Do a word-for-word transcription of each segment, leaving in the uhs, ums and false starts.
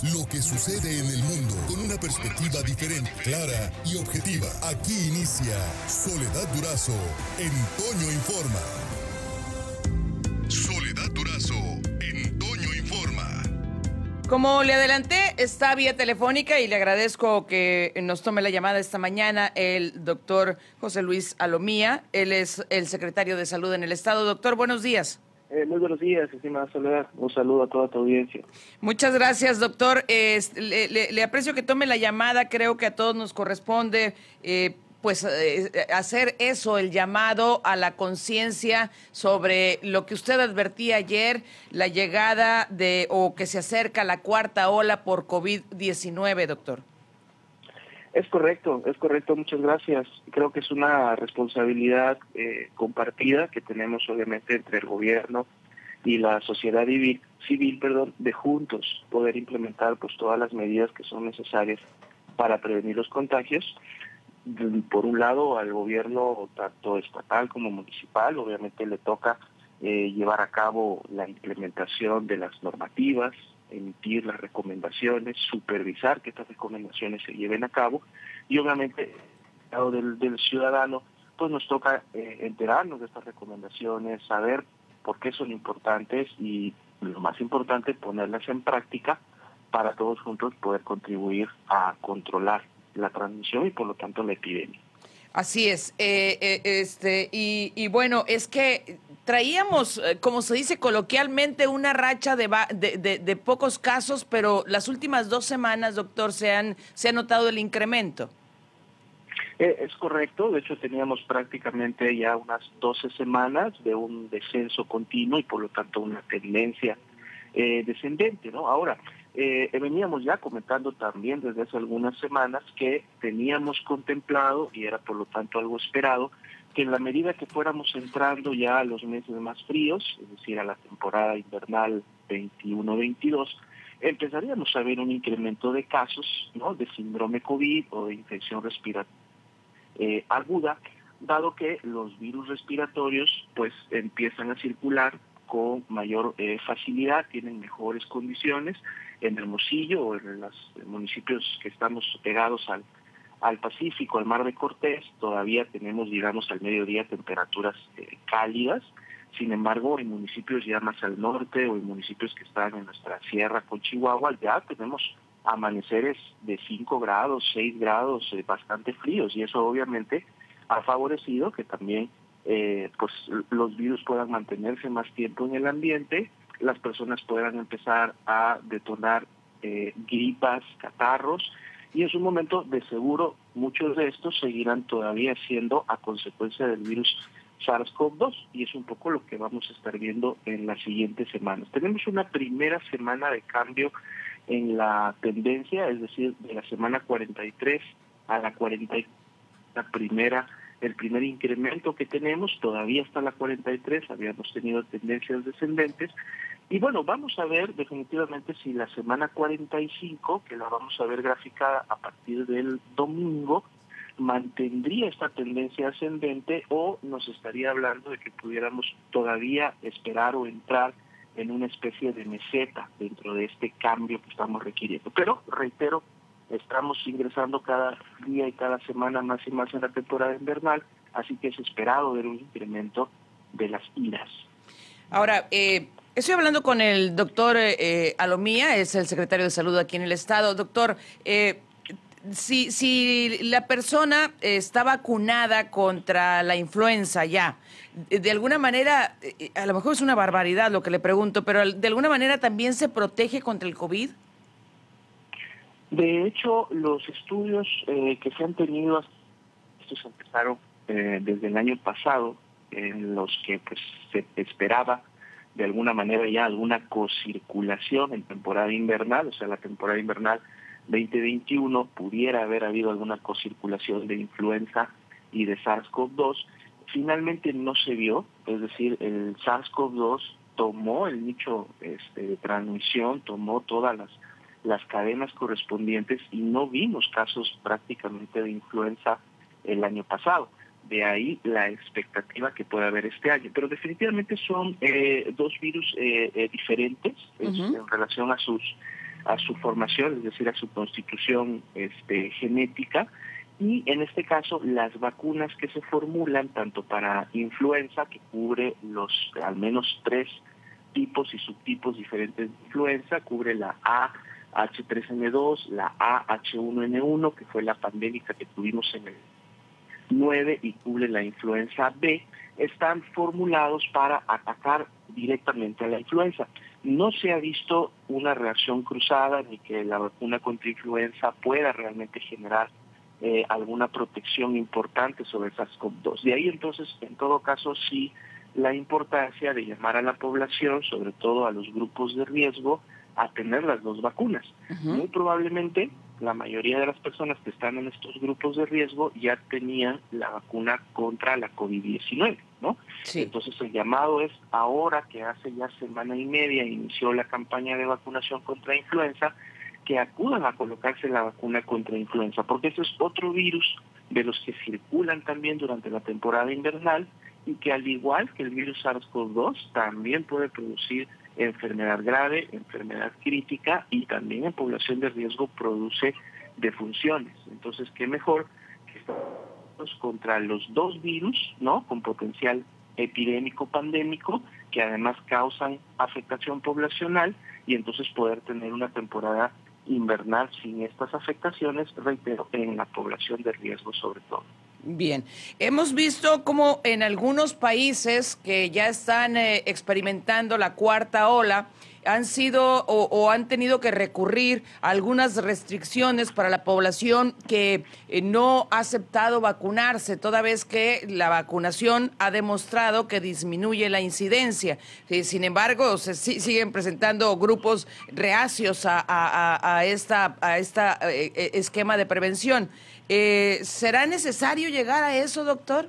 lo que sucede en el mundo con una perspectiva diferente, clara y objetiva. Aquí inicia Soledad Durazo en Toño Informa. Soledad Durazo en Toño Informa. Como le adelanté, está vía telefónica y le agradezco que nos tome la llamada esta mañana el doctor José Luis Alomía. Él es el secretario de Salud en el Estado. Doctor, buenos días. Eh, muy buenos días, estimada Soledad. Un saludo a toda tu audiencia. Muchas gracias, doctor. Eh, le, le, le aprecio que tome la llamada. Creo que a todos nos corresponde eh, pues eh, hacer eso, el llamado a la conciencia sobre lo que usted advertía ayer, la llegada de o que se acerca la cuarta ola por COVID diecinueve, doctor. Es correcto, es correcto, muchas gracias. Creo que es una responsabilidad eh, compartida que tenemos obviamente entre el gobierno y la sociedad civil, civil perdón, de juntos poder implementar pues todas las medidas que son necesarias para prevenir los contagios. Por un lado, al gobierno tanto estatal como municipal, obviamente le toca eh, llevar a cabo la implementación de las normativas, emitir las recomendaciones, supervisar que estas recomendaciones se lleven a cabo y obviamente al lado del, del ciudadano pues nos toca eh, enterarnos de estas recomendaciones, saber por qué son importantes y lo más importante ponerlas en práctica para todos juntos poder contribuir a controlar la transmisión y por lo tanto la epidemia. Así es, eh, eh, este y, y bueno, es que traíamos, como se dice coloquialmente, una racha de, de, de, de pocos casos, pero las últimas dos semanas, doctor, se han se ha notado el incremento. Eh, es correcto, de hecho teníamos prácticamente ya unas doce semanas de un descenso continuo y por lo tanto una tendencia eh, descendente, ¿no? Ahora, Eh, veníamos ya comentando también desde hace algunas semanas que teníamos contemplado, y era por lo tanto algo esperado, que en la medida que fuéramos entrando ya a los meses más fríos, es decir, a la temporada invernal veintiuno veintidós, empezaríamos a ver un incremento de casos, ¿no?, de síndrome COVID o de infección respiratoria eh, aguda, dado que los virus respiratorios pues empiezan a circular con mayor eh, facilidad, tienen mejores condiciones en Hermosillo o en los municipios que estamos pegados al, al Pacífico, al Mar de Cortés. Todavía tenemos, digamos, al mediodía temperaturas eh, cálidas. Sin embargo, en municipios ya más al norte o en municipios que están en nuestra sierra con Chihuahua, ya tenemos amaneceres de cinco grados, seis grados, eh, bastante fríos, y eso obviamente ha favorecido que también Eh, pues los virus puedan mantenerse más tiempo en el ambiente, las personas puedan empezar a detonar eh, gripas, catarros, y en su momento de seguro muchos de estos seguirán todavía siendo a consecuencia del virus SARS-CoV dos, y es un poco lo que vamos a estar viendo en las siguientes semanas. Tenemos una primera semana de cambio en la tendencia, es decir, de la semana cuarenta y tres a la cuarenta y cuatro, la primera el primer incremento que tenemos, todavía hasta la cuarenta y tres, habíamos tenido tendencias descendentes, y bueno, vamos a ver definitivamente si la semana cuarenta y cinco, que la vamos a ver graficada a partir del domingo, mantendría esta tendencia ascendente o nos estaría hablando de que pudiéramos todavía esperar o entrar en una especie de meseta dentro de este cambio que estamos requiriendo. Pero, reitero, estamos ingresando cada día y cada semana más y más en la temporada invernal, así que es esperado ver un incremento de las iras. Ahora, eh, estoy hablando con el doctor eh, Alomía, es el secretario de Salud aquí en el Estado. Doctor, eh, si, si la persona está vacunada contra la influenza ya, de alguna manera, a lo mejor es una barbaridad lo que le pregunto, pero de alguna manera también se protege contra el COVID. De hecho, los estudios eh, que se han tenido, estos empezaron eh, desde el año pasado, en los que pues se esperaba de alguna manera ya alguna cocirculación en temporada invernal, o sea, la temporada invernal veinte veintiuno pudiera haber habido alguna cocirculación de influenza y de SARS-CoV dos. Finalmente no se vio, es decir, el SARS-CoV dos tomó el nicho este, de transmisión, tomó todas las las cadenas correspondientes y no vimos casos prácticamente de influenza el año pasado. De ahí la expectativa que puede haber este año. Pero definitivamente son eh, dos virus eh, eh, diferentes uh-huh. en relación a sus a su formación, es decir, a su constitución este, genética, y en este caso las vacunas que se formulan tanto para influenza, que cubre los al menos tres tipos y subtipos diferentes de influenza, cubre la A H tres N dos, la A H uno N uno, que fue la pandémica que tuvimos en el nueve, y cubre la influenza B, están formulados para atacar directamente a la influenza. No se ha visto una reacción cruzada ni que la vacuna contra influenza pueda realmente generar eh, alguna protección importante sobre SARS-CoV dos. De ahí entonces, en todo caso, sí la importancia de llamar a la población, sobre todo a los grupos de riesgo, a tener las dos vacunas. Uh-huh. Muy probablemente la mayoría de las personas que están en estos grupos de riesgo ya tenían la vacuna contra la COVID diecinueve, ¿no? Sí. Entonces el llamado es, ahora que hace ya semana y media inició la campaña de vacunación contra influenza, que acudan a colocarse la vacuna contra influenza, porque este es otro virus de los que circulan también durante la temporada invernal y que, al igual que el virus SARS-CoV dos, también puede producir enfermedad grave, enfermedad crítica, y también en población de riesgo produce defunciones. Entonces, qué mejor que estamos contra los dos virus, ¿no?, con potencial epidémico pandémico, que además causan afectación poblacional, y entonces poder tener una temporada invernal sin estas afectaciones, reitero, en la población de riesgo sobre todo. Bien, hemos visto como en algunos países que ya están eh, experimentando la cuarta ola, han sido o, o han tenido que recurrir a algunas restricciones para la población que eh, no ha aceptado vacunarse, toda vez que la vacunación ha demostrado que disminuye la incidencia. Eh, sin embargo, se sí, siguen presentando grupos reacios a, a, a esta, a esta eh, esquema de prevención. Eh, ¿Será necesario llegar a eso, doctor?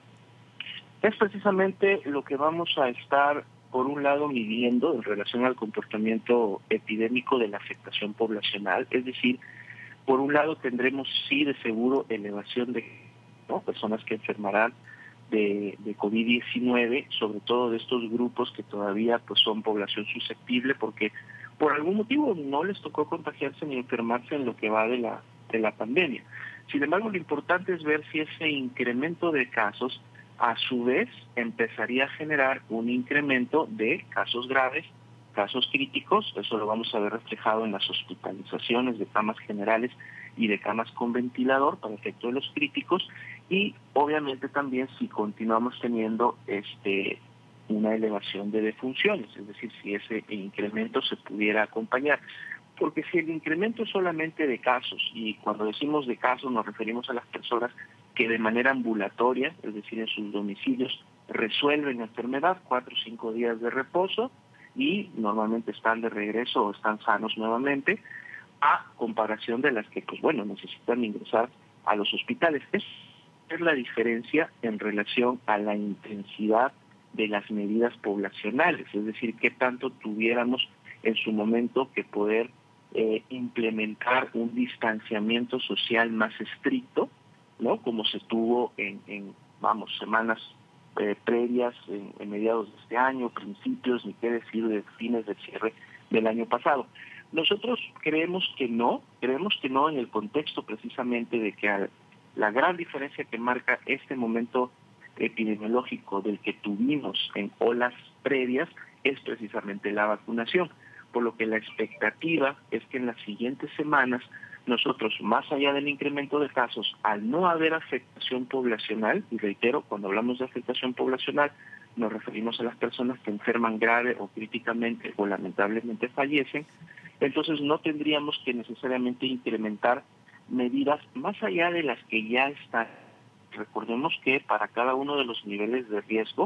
Es precisamente lo que vamos a estar, por un lado, midiendo en relación al comportamiento epidémico de la afectación poblacional. Es decir, por un lado tendremos sí de seguro elevación de, ¿no?, personas que enfermarán de, de COVID diecinueve, sobre todo de estos grupos que todavía pues son población susceptible, porque por algún motivo no les tocó contagiarse ni enfermarse en lo que va de la, de la pandemia. Sin embargo, lo importante es ver si ese incremento de casos a su vez empezaría a generar un incremento de casos graves, casos críticos. Eso lo vamos a ver reflejado en las hospitalizaciones de camas generales y de camas con ventilador para efecto de los críticos, y obviamente también si continuamos teniendo este una elevación de defunciones, es decir, si ese incremento se pudiera acompañar. Porque si el incremento es solamente de casos, y cuando decimos de casos nos referimos a las personas que de manera ambulatoria, es decir, en sus domicilios, resuelven la enfermedad, cuatro o cinco días de reposo, y normalmente están de regreso o están sanos nuevamente, a comparación de las que, pues bueno, necesitan ingresar a los hospitales. Esa es la diferencia en relación a la intensidad de las medidas poblacionales, es decir, qué tanto tuviéramos en su momento que poder eh, implementar un distanciamiento social más estricto, ¿no?, como se tuvo en, en vamos, semanas eh, previas, en, en mediados de este año, principios, ni qué decir de fines del cierre del año pasado. Nosotros creemos que no, creemos que no en el contexto precisamente de que a, la gran diferencia que marca este momento epidemiológico del que tuvimos en olas previas es precisamente la vacunación, por lo que la expectativa es que en las siguientes semanas nosotros, más allá del incremento de casos, al no haber afectación poblacional, y reitero, cuando hablamos de afectación poblacional, nos referimos a las personas que enferman grave o críticamente o lamentablemente fallecen, entonces no tendríamos que necesariamente incrementar medidas más allá de las que ya están. Recordemos que para cada uno de los niveles de riesgo,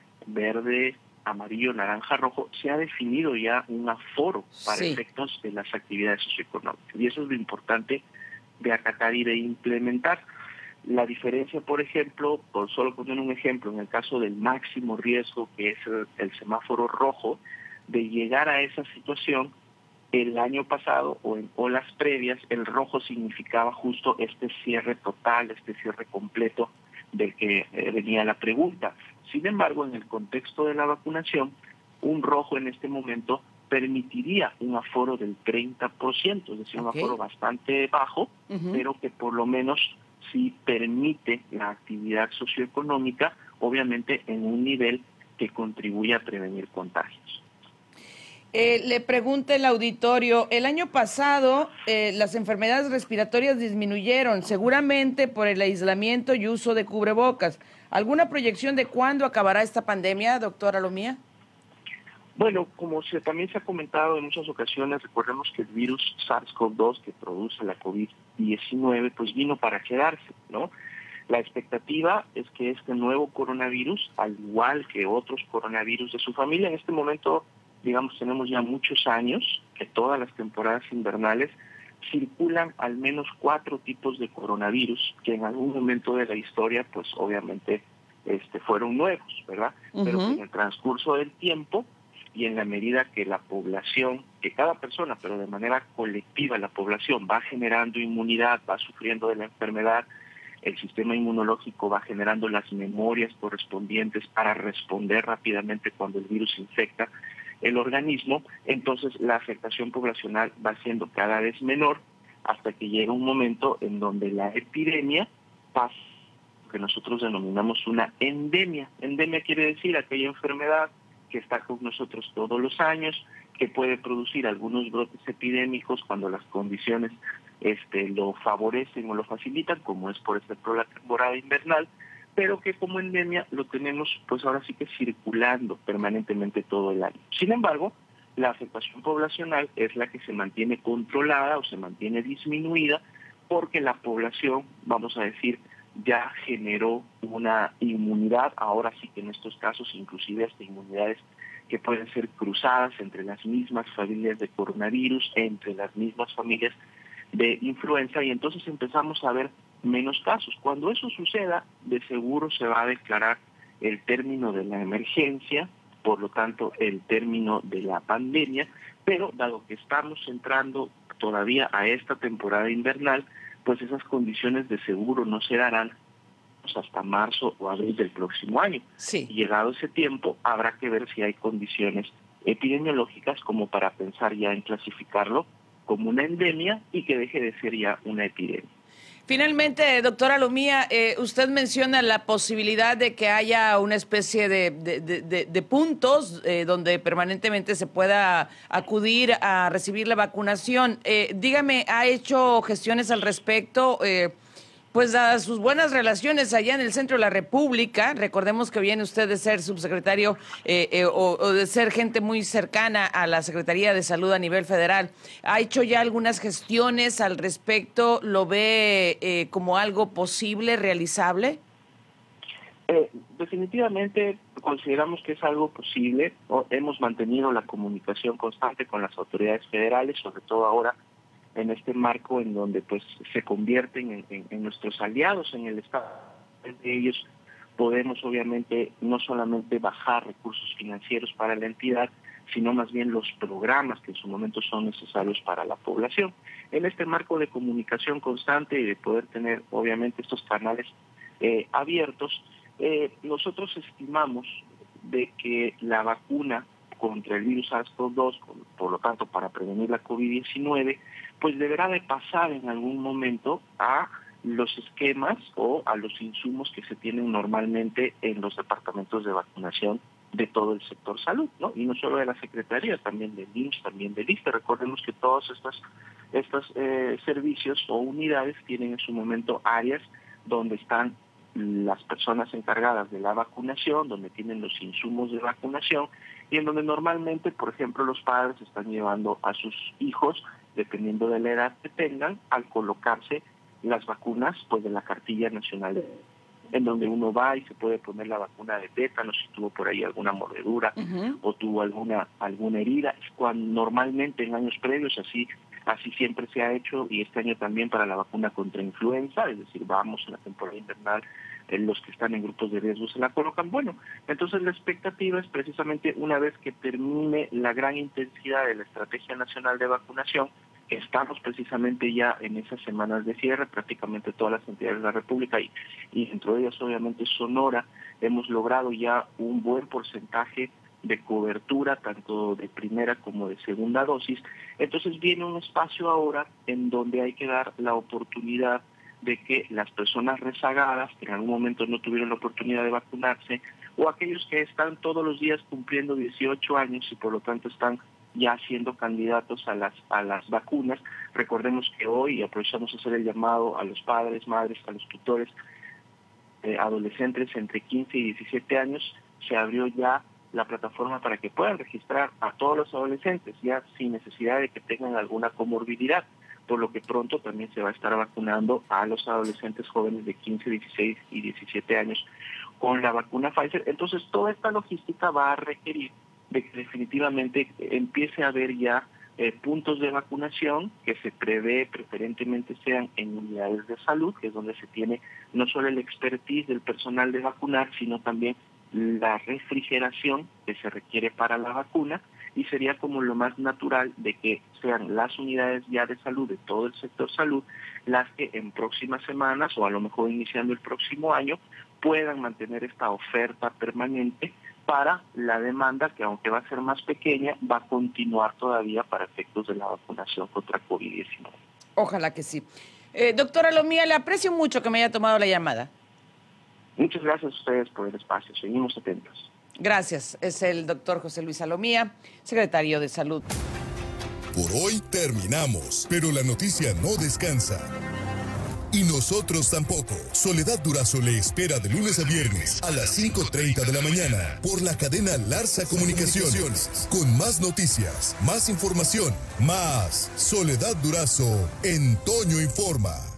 verde, amarillo, naranja, rojo, se ha definido ya un aforo para sí. efectos de las actividades socioeconómicas. Y eso es lo importante de acatar y de implementar. La diferencia, por ejemplo, por solo poner un ejemplo, en el caso del máximo riesgo, que es el, el semáforo rojo, de llegar a esa situación, el año pasado o en olas previas, el rojo significaba justo este cierre total, este cierre completo del que eh, venía la pregunta. Sin embargo, en el contexto de la vacunación, un rojo en este momento permitiría un aforo del treinta por ciento, es decir, okay. un aforo bastante bajo, uh-huh. pero que por lo menos sí permite la actividad socioeconómica, obviamente en un nivel que contribuye a prevenir contagios. Eh, le pregunta el auditorio, el año pasado eh, las enfermedades respiratorias disminuyeron, seguramente por el aislamiento y uso de cubrebocas. ¿Alguna proyección de cuándo acabará esta pandemia, doctora Alomía? Bueno, como se, también se ha comentado en muchas ocasiones, recordemos que el virus SARS-CoV dos que produce la COVID diecinueve, pues vino para quedarse, ¿no? La expectativa es que este nuevo coronavirus, al igual que otros coronavirus de su familia, en este momento, digamos, tenemos ya muchos años que todas las temporadas invernales circulan al menos cuatro tipos de coronavirus que en algún momento de la historia, pues obviamente este, fueron nuevos, ¿verdad? Uh-huh. Pero que en el transcurso del tiempo y en la medida que la población, que cada persona, pero de manera colectiva la población va generando inmunidad, va sufriendo de la enfermedad, el sistema inmunológico va generando las memorias correspondientes para responder rápidamente cuando el virus infecta el organismo, entonces la afectación poblacional va siendo cada vez menor hasta que llega un momento en donde la epidemia pasa lo que nosotros denominamos una endemia. Endemia quiere decir aquella enfermedad que está con nosotros todos los años, que puede producir algunos brotes epidémicos cuando las condiciones este, lo favorecen o lo facilitan, como es por ejemplo la temporada invernal, pero que como endemia lo tenemos pues ahora sí que circulando permanentemente todo el año. Sin embargo, la afectación poblacional es la que se mantiene controlada o se mantiene disminuida porque la población, vamos a decir, ya generó una inmunidad, ahora sí que en estos casos inclusive hasta inmunidades que pueden ser cruzadas entre las mismas familias de coronavirus, entre las mismas familias de influenza, y entonces empezamos a ver menos casos. Cuando eso suceda, de seguro se va a declarar el término de la emergencia, por lo tanto el término de la pandemia, pero dado que estamos entrando todavía a esta temporada invernal, pues esas condiciones de seguro no se darán hasta marzo o abril del próximo año. Sí. Y llegado ese tiempo, habrá que ver si hay condiciones epidemiológicas como para pensar ya en clasificarlo como una endemia y que deje de ser ya una epidemia. Finalmente, doctora Alomía, eh, usted menciona la posibilidad de que haya una especie de, de, de, de puntos eh, donde permanentemente se pueda acudir a recibir la vacunación. Eh, dígame, ¿ha hecho gestiones al respecto? Eh, Pues a sus buenas relaciones allá en el centro de la República, recordemos que viene usted de ser subsecretario eh, eh, o, o de ser gente muy cercana a la Secretaría de Salud a nivel federal. ¿Ha hecho ya algunas gestiones al respecto? ¿Lo ve eh, como algo posible, realizable? Eh, definitivamente consideramos que es algo posible. ¿No? Hemos mantenido la comunicación constante con las autoridades federales, sobre todo ahora en este marco en donde pues se convierten en, en, en nuestros aliados en el Estado. De ellos podemos obviamente no solamente bajar recursos financieros para la entidad, sino más bien los programas que en su momento son necesarios para la población. En este marco de comunicación constante y de poder tener obviamente estos canales eh, abiertos, eh, nosotros estimamos de que la vacuna contra el virus SARS-CoV dos, por lo tanto para prevenir la COVID diecinueve, pues deberá de pasar en algún momento a los esquemas o a los insumos que se tienen normalmente en los departamentos de vacunación de todo el sector salud, ¿no? Y no solo de la Secretaría, también del I M S S, también del I S S S T E. Recordemos que todos estos, estos eh, servicios o unidades tienen en su momento áreas donde están las personas encargadas de la vacunación, donde tienen los insumos de vacunación y en donde normalmente, por ejemplo, los padres están llevando a sus hijos, dependiendo de la edad que tengan, al colocarse las vacunas pues de la cartilla nacional, de, en donde uno va y se puede poner la vacuna de tétanos si tuvo por ahí alguna mordedura uh-huh. o tuvo alguna alguna herida. Cuando normalmente en años previos así así siempre se ha hecho, y este año también para la vacuna contra influenza, es decir, vamos en la temporada invernal, eh, los que están en grupos de riesgo se la colocan. Bueno, entonces la expectativa es precisamente una vez que termine la gran intensidad de la Estrategia Nacional de Vacunación, que estamos precisamente ya en esas semanas de cierre, prácticamente todas las entidades de la República y, y dentro de ellas obviamente Sonora, hemos logrado ya un buen porcentaje de cobertura, tanto de primera como de segunda dosis. Entonces viene un espacio ahora en donde hay que dar la oportunidad de que las personas rezagadas, que en algún momento no tuvieron la oportunidad de vacunarse, o aquellos que están todos los días cumpliendo dieciocho años y por lo tanto están ya siendo candidatos a las a las vacunas. Recordemos que hoy, y aprovechamos a hacer el llamado a los padres, madres, a los tutores, eh, adolescentes entre quince y diecisiete años, se abrió ya la plataforma para que puedan registrar a todos los adolescentes, ya sin necesidad de que tengan alguna comorbilidad, por lo que pronto también se va a estar vacunando a los adolescentes jóvenes de quince, dieciséis y diecisiete años con la vacuna Pfizer. Entonces, toda esta logística va a requerir de que definitivamente empiece a haber ya eh, puntos de vacunación que se prevé preferentemente sean en unidades de salud, que es donde se tiene no solo el expertise del personal de vacunar, sino también la refrigeración que se requiere para la vacuna, y sería como lo más natural de que sean las unidades ya de salud de todo el sector salud las que en próximas semanas o a lo mejor iniciando el próximo año puedan mantener esta oferta permanente para la demanda que, aunque va a ser más pequeña, va a continuar todavía para efectos de la vacunación contra COVID diecinueve. Ojalá que sí. Eh, doctora Alomía, le aprecio mucho que me haya tomado la llamada. Muchas gracias a ustedes por el espacio. Seguimos atentos. Gracias. Es el doctor José Luis Alomía, secretario de Salud. Por hoy terminamos, pero la noticia no descansa. Y nosotros tampoco. Soledad Durazo le espera de lunes a viernes a las cinco treinta de la mañana por la cadena Larsa Comunicaciones. Con más noticias, más información, más Soledad Durazo en Toño Informa.